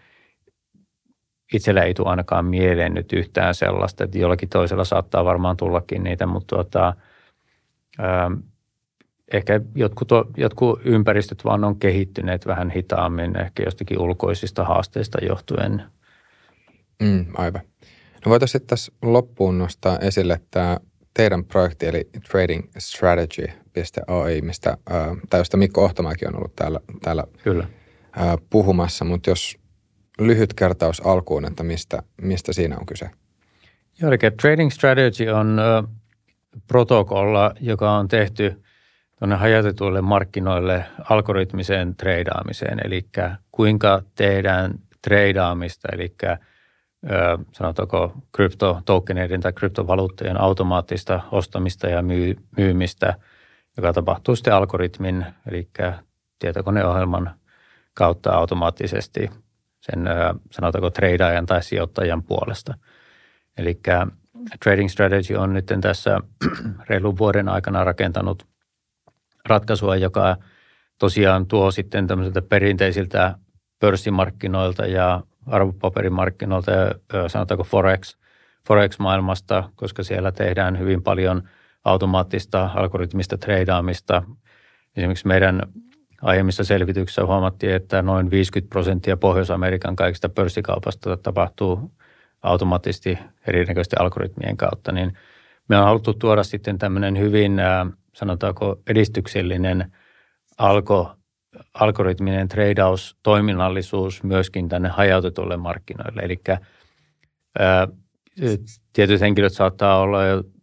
itsellä ei tule ainakaan mieleen nyt yhtään sellaista, että jollakin toisella saattaa varmaan tullakin niitä, mutta tuota, ää, ehkä jotkut, jotkut ympäristöt vaan on kehittyneet vähän hitaammin, ehkä jostakin ulkoisista haasteista johtuen. Mm, aivan. No voitaisiin tässä loppuun nostaa esille tämä teidän projekti, eli trading strategy piste a i, mistä, ää, tai josta Mikko Ohtomäki on ollut täällä, täällä Kyllä. Ää, puhumassa, mutta jos lyhyt kertaus alkuun, että mistä, mistä siinä on kyse? Joo, eli trading strategy on ö, protokolla, joka on tehty tuonne hajautetuille markkinoille algoritmiseen treidaamiseen, eli kuinka tehdään treidaamista, eli sanotaanko kryptotokeneiden tai kryptovaluuttojen automaattista ostamista ja myy, myymistä, joka tapahtuu sitten algoritmin, eli tietokoneohjelman kautta automaattisesti sen sanotaanko treidaajan tai sijoittajan puolesta. Eli trading strategy on nyt tässä reilun vuoden aikana rakentanut ratkaisua, joka tosiaan tuo sitten tämmöisiltä perinteisiltä pörssimarkkinoilta ja arvopaperimarkkinoilta ja sanotaanko Forex, Forex-maailmasta, koska siellä tehdään hyvin paljon automaattista algoritmista treidaamista. Esimerkiksi meidän aiemmissa selvityksissä huomattiin, että noin viisikymmentä prosenttia Pohjois-Amerikan kaikista pörssikaupasta tapahtuu automaattisesti erinäköisten algoritmien kautta, niin me on haluttu tuoda sitten tämmöinen hyvin, sanotaanko edistyksellinen algo, algoritminen treidaus-toiminnallisuus myöskin tänne hajautetulle markkinoille. Eli ää, tietyt henkilöt saattaa olla jo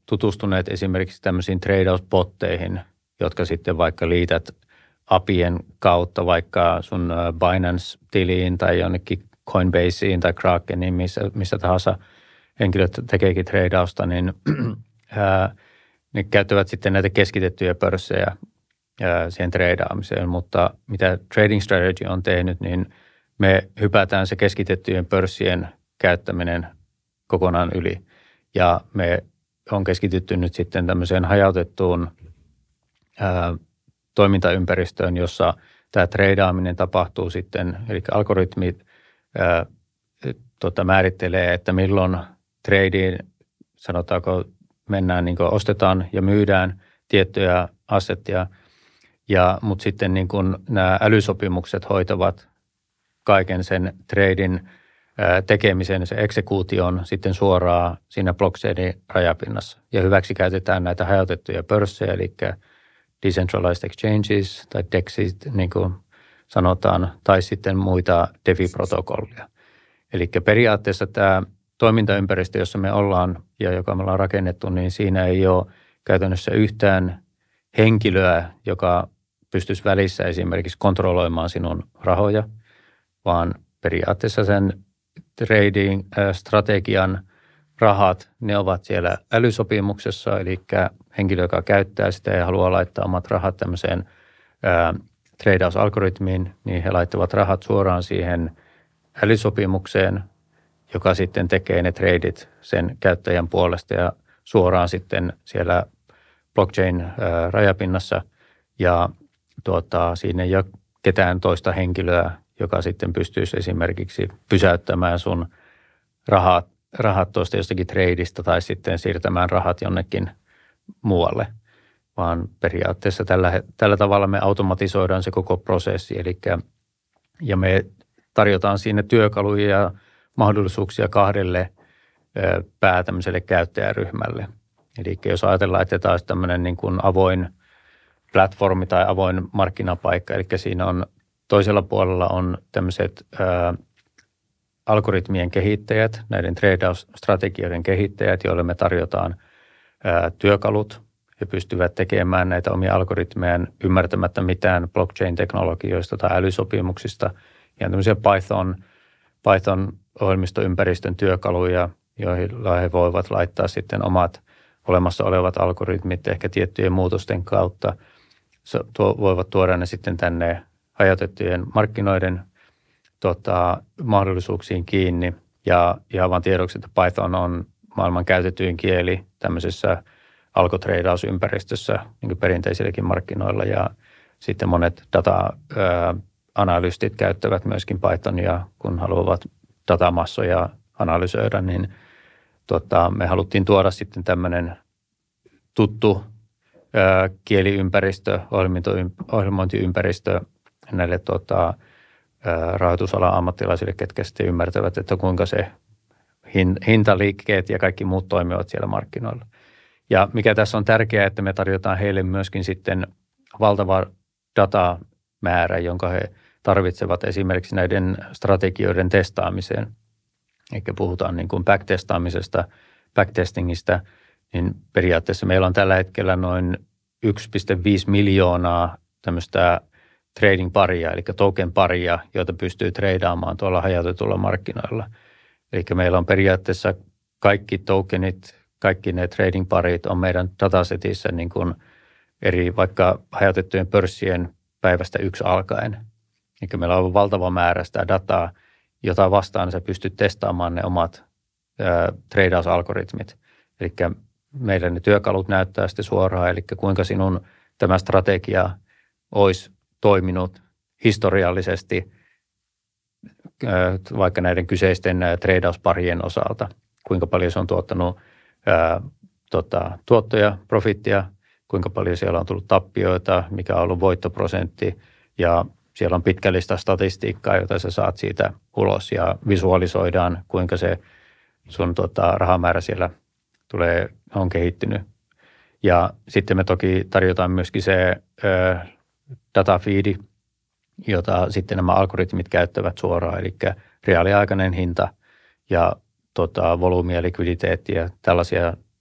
tutustuneet esimerkiksi tämmöisiin tradeausbotteihin, jotka sitten vaikka liität apien kautta vaikka sun Binance-tiliin tai jonnekin Coinbaseen tai Krakeniin, missä, missä tahansa henkilöt tekeekin tradeausta, niin ää, ne käyttävät sitten näitä keskitettyjä pörssejä ää, siihen tradeaamiseen. Mutta mitä Trading Strategy on tehnyt, niin me hypätään se keskitettyjen pörssien käyttäminen kokonaan yli. Ja me on keskitytty nyt sitten tämmöiseen hajautettuun ää, toimintaympäristöön, jossa tämä treidaaminen tapahtuu sitten, eli algoritmit ää, tota, määrittelee, että milloin tradeen, sanotaanko, mennään, niin kuin ostetaan ja myydään tiettyjä assettia, ja, mutta sitten niin kuin nämä älysopimukset hoitavat kaiken sen treidin tekemisen, se exekuution sitten suoraan siinä blockchainin rajapinnassa. Ja hyväksi käytetään näitä hajautettuja pörssejä, eli decentralized exchanges tai D E Xit, niin kuin sanotaan, tai sitten muita DeFi-protokollia. Eli periaatteessa tämä toimintaympäristö, jossa me ollaan ja joka me ollaan rakennettu, niin siinä ei ole käytännössä yhtään henkilöä, joka pystyisi välissä esimerkiksi kontrolloimaan sinun rahoja, vaan periaatteessa sen trading-strategian rahat, ne ovat siellä älysopimuksessa, eli henkilö, joka käyttää sitä ja haluaa laittaa omat rahat tämmöiseen ää, treidaus-algoritmiin, niin he laittavat rahat suoraan siihen älysopimukseen, joka sitten tekee ne treidit sen käyttäjän puolesta ja suoraan sitten siellä blockchain-rajapinnassa, ja tuota, siinä ei ole ketään toista henkilöä, joka sitten pystyisi esimerkiksi pysäyttämään sun rahat, rahat tuosta jostakin treidistä tai sitten siirtämään rahat jonnekin muualle, vaan periaatteessa tällä, tällä tavalla me automatisoidaan se koko prosessi, eli ja me tarjotaan siinä työkaluja ja mahdollisuuksia kahdelle pää tämmöiselle käyttäjäryhmälle. Eli jos ajatellaan, että tämä olisi tämmöinen niin kuin avoin platformi tai avoin markkinapaikka, eli siinä on toisella puolella on tämmöiset ää, algoritmien kehittäjät, näiden trade-strategioiden kehittäjät, joille me tarjotaan ää, työkalut. He pystyvät tekemään näitä omia algoritmeja ymmärtämättä mitään blockchain-teknologioista tai älysopimuksista. Ja tämmöisiä Python, Python-ohjelmistoympäristön työkaluja, joilla he voivat laittaa sitten omat olemassa olevat algoritmit ehkä tiettyjen muutosten kautta. Tuo, voivat tuoda ne sitten tänne hajautettujen markkinoiden tota, mahdollisuuksiin kiinni. Ja ihan vaan tiedoksi, että Python on maailman käytetyin kieli tämmöisessä algotreidausympäristössä niin kuin perinteisilläkin markkinoilla. Ja sitten monet data-analystit käyttävät myöskin Pythonia, kun haluavat datamassoja analysoida, niin tota, me haluttiin tuoda sitten tämmöinen tuttu ää, kieliympäristö, ohjelmointiympäristö näille tota, ää, rahoitusalan ammattilaisille, ketkä sitten ymmärtävät, että kuinka se hin, hintaliikkeet ja kaikki muut toimivat siellä markkinoilla. Ja mikä tässä on tärkeää, että me tarjotaan heille myöskin sitten valtava datamäärä, jonka he tarvitsevat esimerkiksi näiden strategioiden testaamiseen. Eli puhutaan niin kuin backtestaamisesta, backtestingistä, niin periaatteessa meillä on tällä hetkellä noin yksi pilkku viisi miljoonaa tämmöistä trading-paria, eli token-paria, joita pystyy treidaamaan tuolla hajautetulla markkinoilla. Eli meillä on periaatteessa kaikki tokenit, kaikki ne trading-parit on meidän datasetissä niin kuin eri vaikka hajautettujen pörssien päivästä yksi alkaen. Eli meillä on valtava määrä sitä dataa, jota vastaan sä pystyt testaamaan ne omat ää, treidausalgoritmit. Eli meidän ne työkalut näyttää sitten suoraan, eli kuinka sinun tämä strategia olisi toiminut historiallisesti ää, vaikka näiden kyseisten ää, treidausparien osalta. Kuinka paljon se on tuottanut ää, tota, tuottoja, profittia, kuinka paljon siellä on tullut tappioita, mikä on ollut voittoprosentti ja siellä on pitkällistä statistiikkaa, jota sä saat siitä ulos ja visualisoidaan, kuinka se sun tota, rahamäärä siellä tulee, on kehittynyt. Ja sitten me toki tarjotaan myöskin se ö, datafeedi, jota sitten nämä algoritmit käyttävät suoraan, eli reaaliaikainen hinta ja tota, volyymi ja likviditeetti ja tällaisia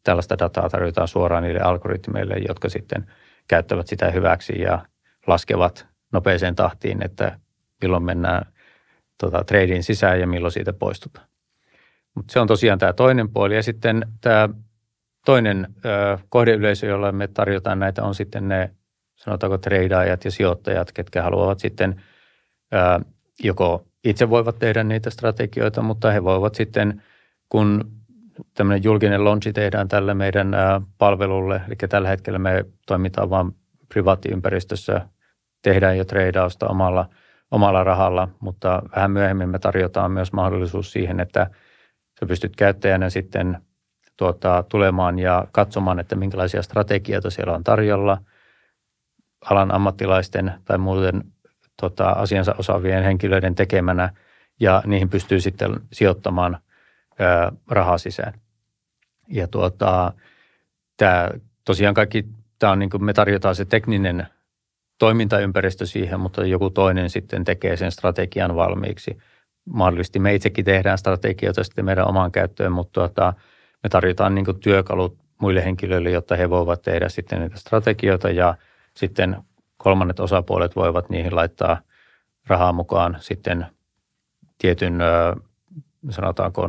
tällaista dataa tarjotaan suoraan niille algoritmeille, jotka sitten käyttävät sitä hyväksi ja laskevat nopeeseen tahtiin, että milloin mennään tota, tradiin sisään ja milloin siitä poistutaan. Mutta se on tosiaan tämä toinen puoli. Ja sitten tämä toinen ö, kohdeyleisö, jolla me tarjotaan näitä, on sitten ne, sanotaanko treidaajat ja sijoittajat, ketkä haluavat sitten ö, joko itse voivat tehdä niitä strategioita, mutta he voivat sitten, kun tämmöinen julkinen launchi tehdään tälle meidän ö, palvelulle, eli tällä hetkellä me toimitaan vain privaattiympäristössä, tehdään jo treidausta omalla, omalla rahalla, mutta vähän myöhemmin me tarjotaan myös mahdollisuus siihen, että sä pystyt käyttäjänä sitten tuota, tulemaan ja katsomaan, että minkälaisia strategioita siellä on tarjolla alan ammattilaisten tai muuten tota, asiansa osaavien henkilöiden tekemänä, ja niihin pystyy sitten sijoittamaan ää, rahaa sisään. Ja tuota, tämä tosiaan kaikki, tämä on niin kuin me tarjotaan se tekninen toimintaympäristö siihen, mutta joku toinen sitten tekee sen strategian valmiiksi. Mahdollisesti me itsekin tehdään strategioita sitten meidän omaan käyttöön, mutta tuota, me tarjotaan niin kuin työkalut muille henkilöille, jotta he voivat tehdä sitten niitä strategioita ja sitten kolmannet osapuolet voivat niihin laittaa rahaa mukaan sitten tietyn, sanotaanko,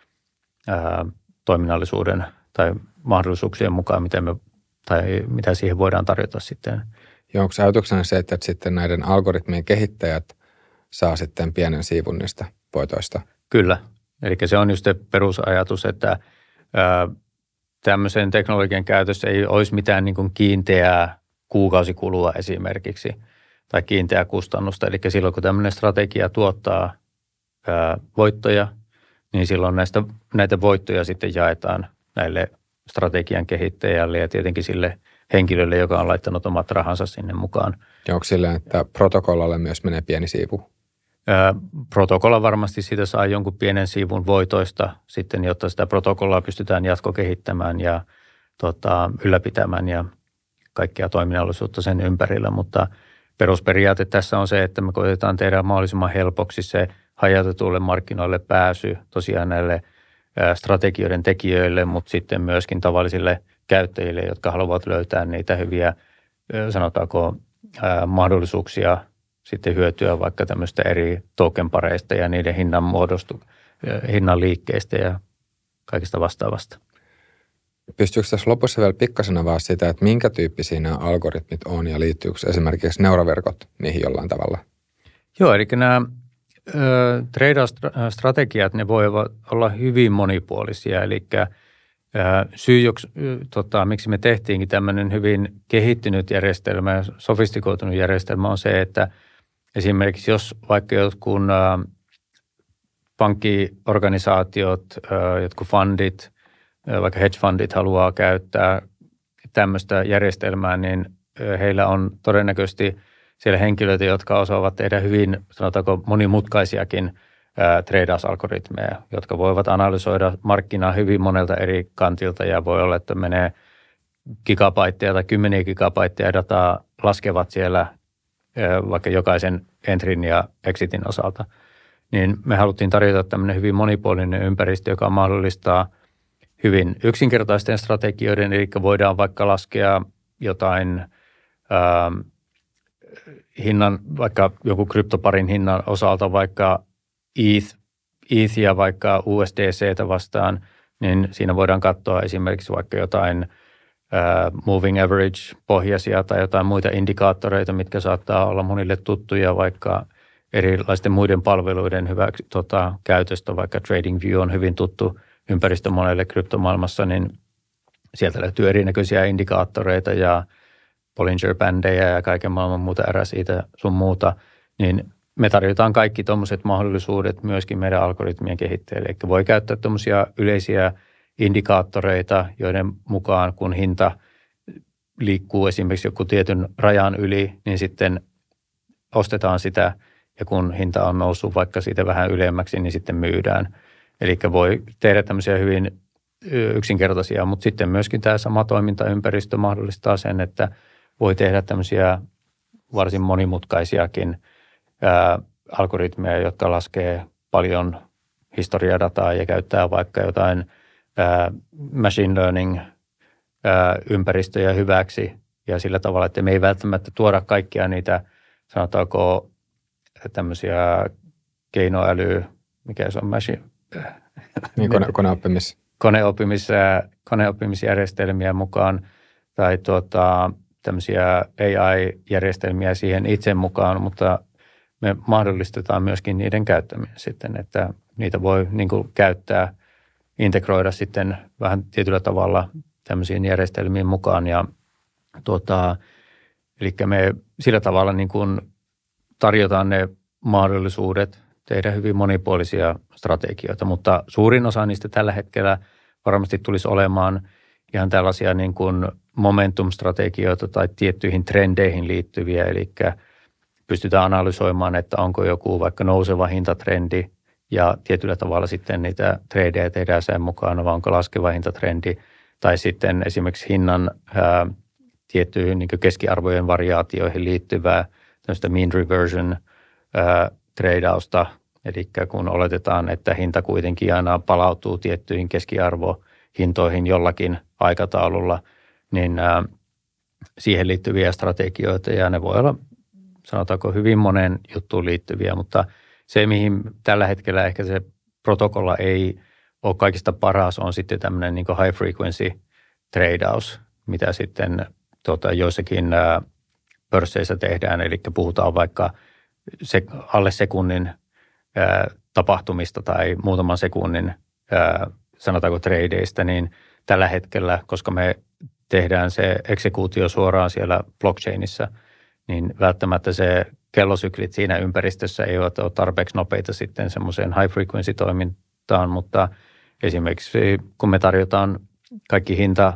toiminnallisuuden tai mahdollisuuksien mukaan, miten me, tai mitä siihen voidaan tarjota sitten. Ja onko ajatuksena se, että sitten näiden algoritmien kehittäjät saa sitten pienen siivun niistä voitoista? Kyllä. Eli se on just se perusajatus, että ää, tämmöisen teknologian käytössä ei olisi mitään niin kuin kiinteää kuukausikulua esimerkiksi tai kiinteää kustannusta. Eli silloin, kun tämmöinen strategia tuottaa ää, voittoja, niin silloin näistä, näitä voittoja sitten jaetaan näille strategian kehittäjälle ja tietenkin sille henkilölle, joka on laittanut omat rahansa sinne mukaan. Ja onko silleen, että protokollalle myös menee pieni siivu? Ää, protokolla varmasti siitä saa jonkun pienen siivun voitoista sitten, jotta sitä protokollaa pystytään jatkokehittämään ja tota, ylläpitämään ja kaikkea toiminnallisuutta sen ympärillä. Mutta perusperiaate tässä on se, että me koitetaan tehdä mahdollisimman helpoksi se hajautetulle markkinoille pääsy tosiaan näille ää, strategioiden tekijöille, mutta sitten myöskin tavallisille käyttäjille, jotka haluavat löytää niitä hyviä, sanotaanko, ää, mahdollisuuksia sitten hyötyä vaikka tämmöistä eri tokenpareista ja niiden hinnan muodostu, hinnan liikkeistä ja kaikista vastaavasta. Pystyykö tässä lopussa vielä pikkasen avaa sitä, että minkä tyyppisiä nämä algoritmit on ja liittyykö esimerkiksi neuroverkot niihin jollain tavalla? Joo, eli nämä ö, trade-strategiat, ne voivat olla hyvin monipuolisia, eli ö, syy, joks, tota, miksi me tehtiinkin tämmöinen hyvin kehittynyt järjestelmä ja sofistikoitunut järjestelmä on se, että esimerkiksi jos vaikka jotkut ö, pankkiorganisaatiot, ö, jotkut fundit, ö, vaikka hedge-fundit haluaa käyttää tämmöistä järjestelmää, niin ö, heillä on todennäköisesti siellä henkilöitä, jotka osaavat tehdä hyvin, sanotaanko monimutkaisiakin treidausalgoritmeja, jotka voivat analysoida markkinaa hyvin monelta eri kantilta ja voi olla, että menee gigabaitteja tai kymmeniä gigabaitteja dataa laskevat siellä vaikka jokaisen entrin ja exitin osalta. Niin me haluttiin tarjota tämmöinen hyvin monipuolinen ympäristö, joka mahdollistaa hyvin yksinkertaisten strategioiden, eli voidaan vaikka laskea jotain ää, hinnan, vaikka joku kryptoparin hinnan osalta, vaikka E T H, E T H ja vaikka U S D C:tä vastaan, niin siinä voidaan katsoa esimerkiksi vaikka jotain uh, moving average-pohjaisia tai jotain muita indikaattoreita, mitkä saattaa olla monille tuttuja, vaikka erilaisten muiden palveluiden hyväksi, tota, käytöstä, vaikka TradingView on hyvin tuttu ympäristö monelle kryptomaailmassa, niin sieltä löytyy erinäköisiä indikaattoreita ja Bollinger-bändejä ja kaiken maailman muuta R S I:tä sun muuta, niin me tarjotaan kaikki tuommoiset mahdollisuudet myöskin meidän algoritmien kehittäjille. Eli voi käyttää tuommoisia yleisiä indikaattoreita, joiden mukaan kun hinta liikkuu esimerkiksi joku tietyn rajan yli, niin sitten ostetaan sitä ja kun hinta on noussut vaikka siitä vähän ylemmäksi, niin sitten myydään. Eli voi tehdä tämmöisiä hyvin yksinkertaisia, mutta sitten myöskin tämä sama toimintaympäristö mahdollistaa sen, että voi tehdä tämmöisiä varsin monimutkaisiakin ää, algoritmeja, jotka laskee paljon historiadataa ja käyttää vaikka jotain ää, machine learning ää, ympäristöjä hyväksi ja sillä tavalla, että me ei välttämättä tuoda kaikkia niitä, sanotaanko tämmöisiä keinoäly, mikä se on, machine, niin, kone, koneoppimis. Koneoppimis, koneoppimisjärjestelmiä mukaan tai tuota, tämmöisiä A I-järjestelmiä siihen itse mukaan, mutta me mahdollistetaan myöskin niiden käyttäminen sitten, että niitä voi niin kuin käyttää, integroida sitten vähän tietyllä tavalla tämmöisiin järjestelmiin mukaan. Ja, tuota, eli me sillä tavalla niin kuin tarjotaan ne mahdollisuudet tehdä hyvin monipuolisia strategioita, mutta suurin osa niistä tällä hetkellä varmasti tulisi olemaan ihan tällaisia niin kuin momentum-strategioita tai tiettyihin trendeihin liittyviä, eli pystytään analysoimaan, että onko joku vaikka nouseva hintatrendi ja tietyllä tavalla sitten niitä tradeja tehdään sen mukaan, vai onko laskeva hintatrendi tai sitten esimerkiksi hinnan ää, tiettyihin niin kuin keskiarvojen variaatioihin liittyvää tämmöistä mean reversion ää, treidausta, eli kun oletetaan, että hinta kuitenkin aina palautuu tiettyihin keskiarvohintoihin jollakin aikataululla, niin ää, siihen liittyviä strategioita ja ne voi olla, sanotaanko, hyvin monen juttuun liittyviä, mutta se, mihin tällä hetkellä ehkä se protokolla ei ole kaikista paras, on sitten tämmöinen niin kuin high frequency tradeaus, mitä sitten tuota, joissakin ää, pörsseissä tehdään, eli puhutaan vaikka se, alle sekunnin ää, tapahtumista tai muutaman sekunnin, ää, sanotaanko tradeista, niin tällä hetkellä, koska me tehdään se eksekuutio suoraan siellä blockchainissa, niin välttämättä se kellosyklit siinä ympäristössä ei ole tarpeeksi nopeita sitten semmoiseen high frequency toimintaan, mutta esimerkiksi kun me tarjotaan kaikki hinta,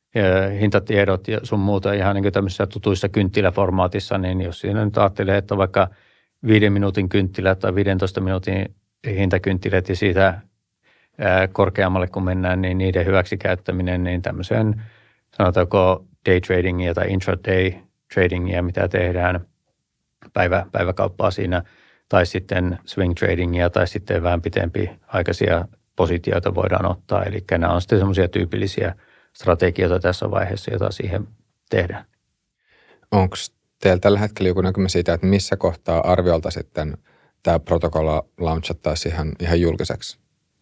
hintatiedot ja sun muuta ihan niin kuin tämmöisissä tutuissa kynttiläformaatissa, niin jos siinä nyt ajattelee, että vaikka viiden minuutin kynttilät tai viidentoista minuutin hintakynttilät ja siitä korkeammalle kun mennään, niin niiden hyväksikäyttäminen, niin tämmöiseen sanotaanko day tradingia tai intraday tradingia, mitä tehdään, päivä, päiväkauppaa siinä, tai sitten swing tradingia, tai sitten vähän pitempi aikaisia positioita voidaan ottaa. Eli nämä on sitten semmoisia tyypillisiä strategioita tässä vaiheessa, joita siihen tehdään. Onko teillä tällä hetkellä joku näkymä siitä, että missä kohtaa arviolta sitten tämä protokolla launchattaisiin ihan, ihan julkiseksi?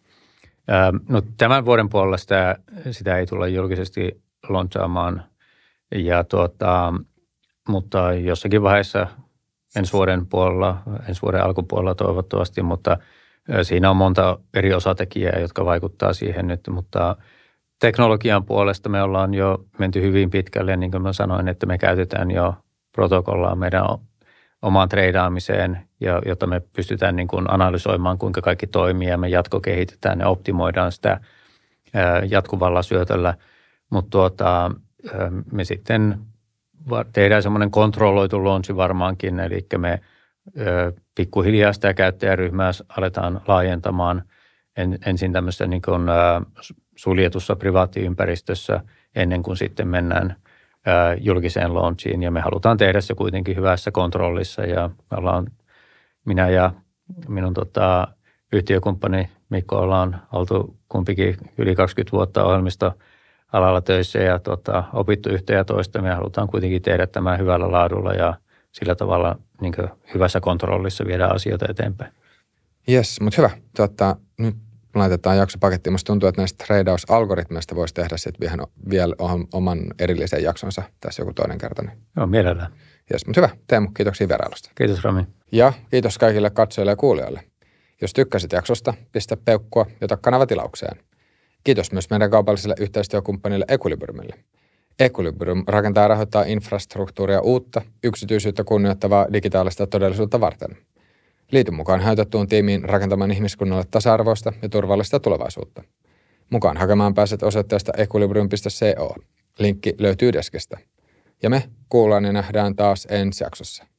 No, tämän vuoden puolella sitä, sitä ei tulla julkisesti launchaamaan, ja tuota, mutta jossakin vaiheessa ensi vuoden puolella, ensi vuoden alkupuolella toivottavasti, mutta siinä on monta eri osatekijää, jotka vaikuttaa siihen nyt, mutta teknologian puolesta me ollaan jo menty hyvin pitkälle, niin kuin mä sanoin, että me käytetään jo protokollaa meidän omaan treidaamiseen, ja jotta me pystytään niin kuin analysoimaan, kuinka kaikki toimii, ja me jatkokehitetään ja optimoidaan sitä jatkuvalla syötöllä, mutta tuota, me sitten tehdään semmoinen kontrolloitu launchi varmaankin, eli me pikkuhiljaa sitä käyttäjäryhmää aletaan laajentamaan ensin tämmöistä niin kuin suljetussa privaattiympäristössä ennen kuin sitten mennään julkiseen launchiin, ja me halutaan tehdä se kuitenkin hyvässä kontrollissa, ja me ollaan, minä ja minun tota, yhtiökumppani Mikko ollaan oltu kumpikin yli kaksikymmentä vuotta ohjelmista alalla töissä ja tota, opittu yhtä ja toista. Me halutaan kuitenkin tehdä tämän hyvällä laadulla ja sillä tavalla niin kuin hyvässä kontrollissa viedä asioita eteenpäin. Jes, mutta hyvä. Tuota, nyt laitetaan jaksopakettiin. Musta tuntuu, että näistä treidausalgoritmeista voisi tehdä sitten vielä oman erillisen jaksonsa tässä joku toinen kerta. Joo, mielellään. Jes, mutta hyvä. Teemu, kiitoksia vierailusta. Kiitos, Rami. Ja kiitos kaikille katsojille ja kuulijoille. Jos tykkäsit jaksosta, pistä peukkua ja ota kanava tilaukseen. Kiitos myös meidän kaupalliselle yhteistyökumppanille Equilibriumille. Equilibrium rakentaa ja rahoittaa infrastruktuuria uutta, yksityisyyttä kunnioittavaa digitaalista todellisuutta varten. Liity mukaan hajautettuun tiimiin rakentamaan ihmiskunnalle tasa-arvoista ja turvallista tulevaisuutta. Mukaan hakemaan pääset osoitteesta equilibrium piste co. Linkki löytyy deskistä. Ja me kuullaan ja nähdään taas ensi jaksossa.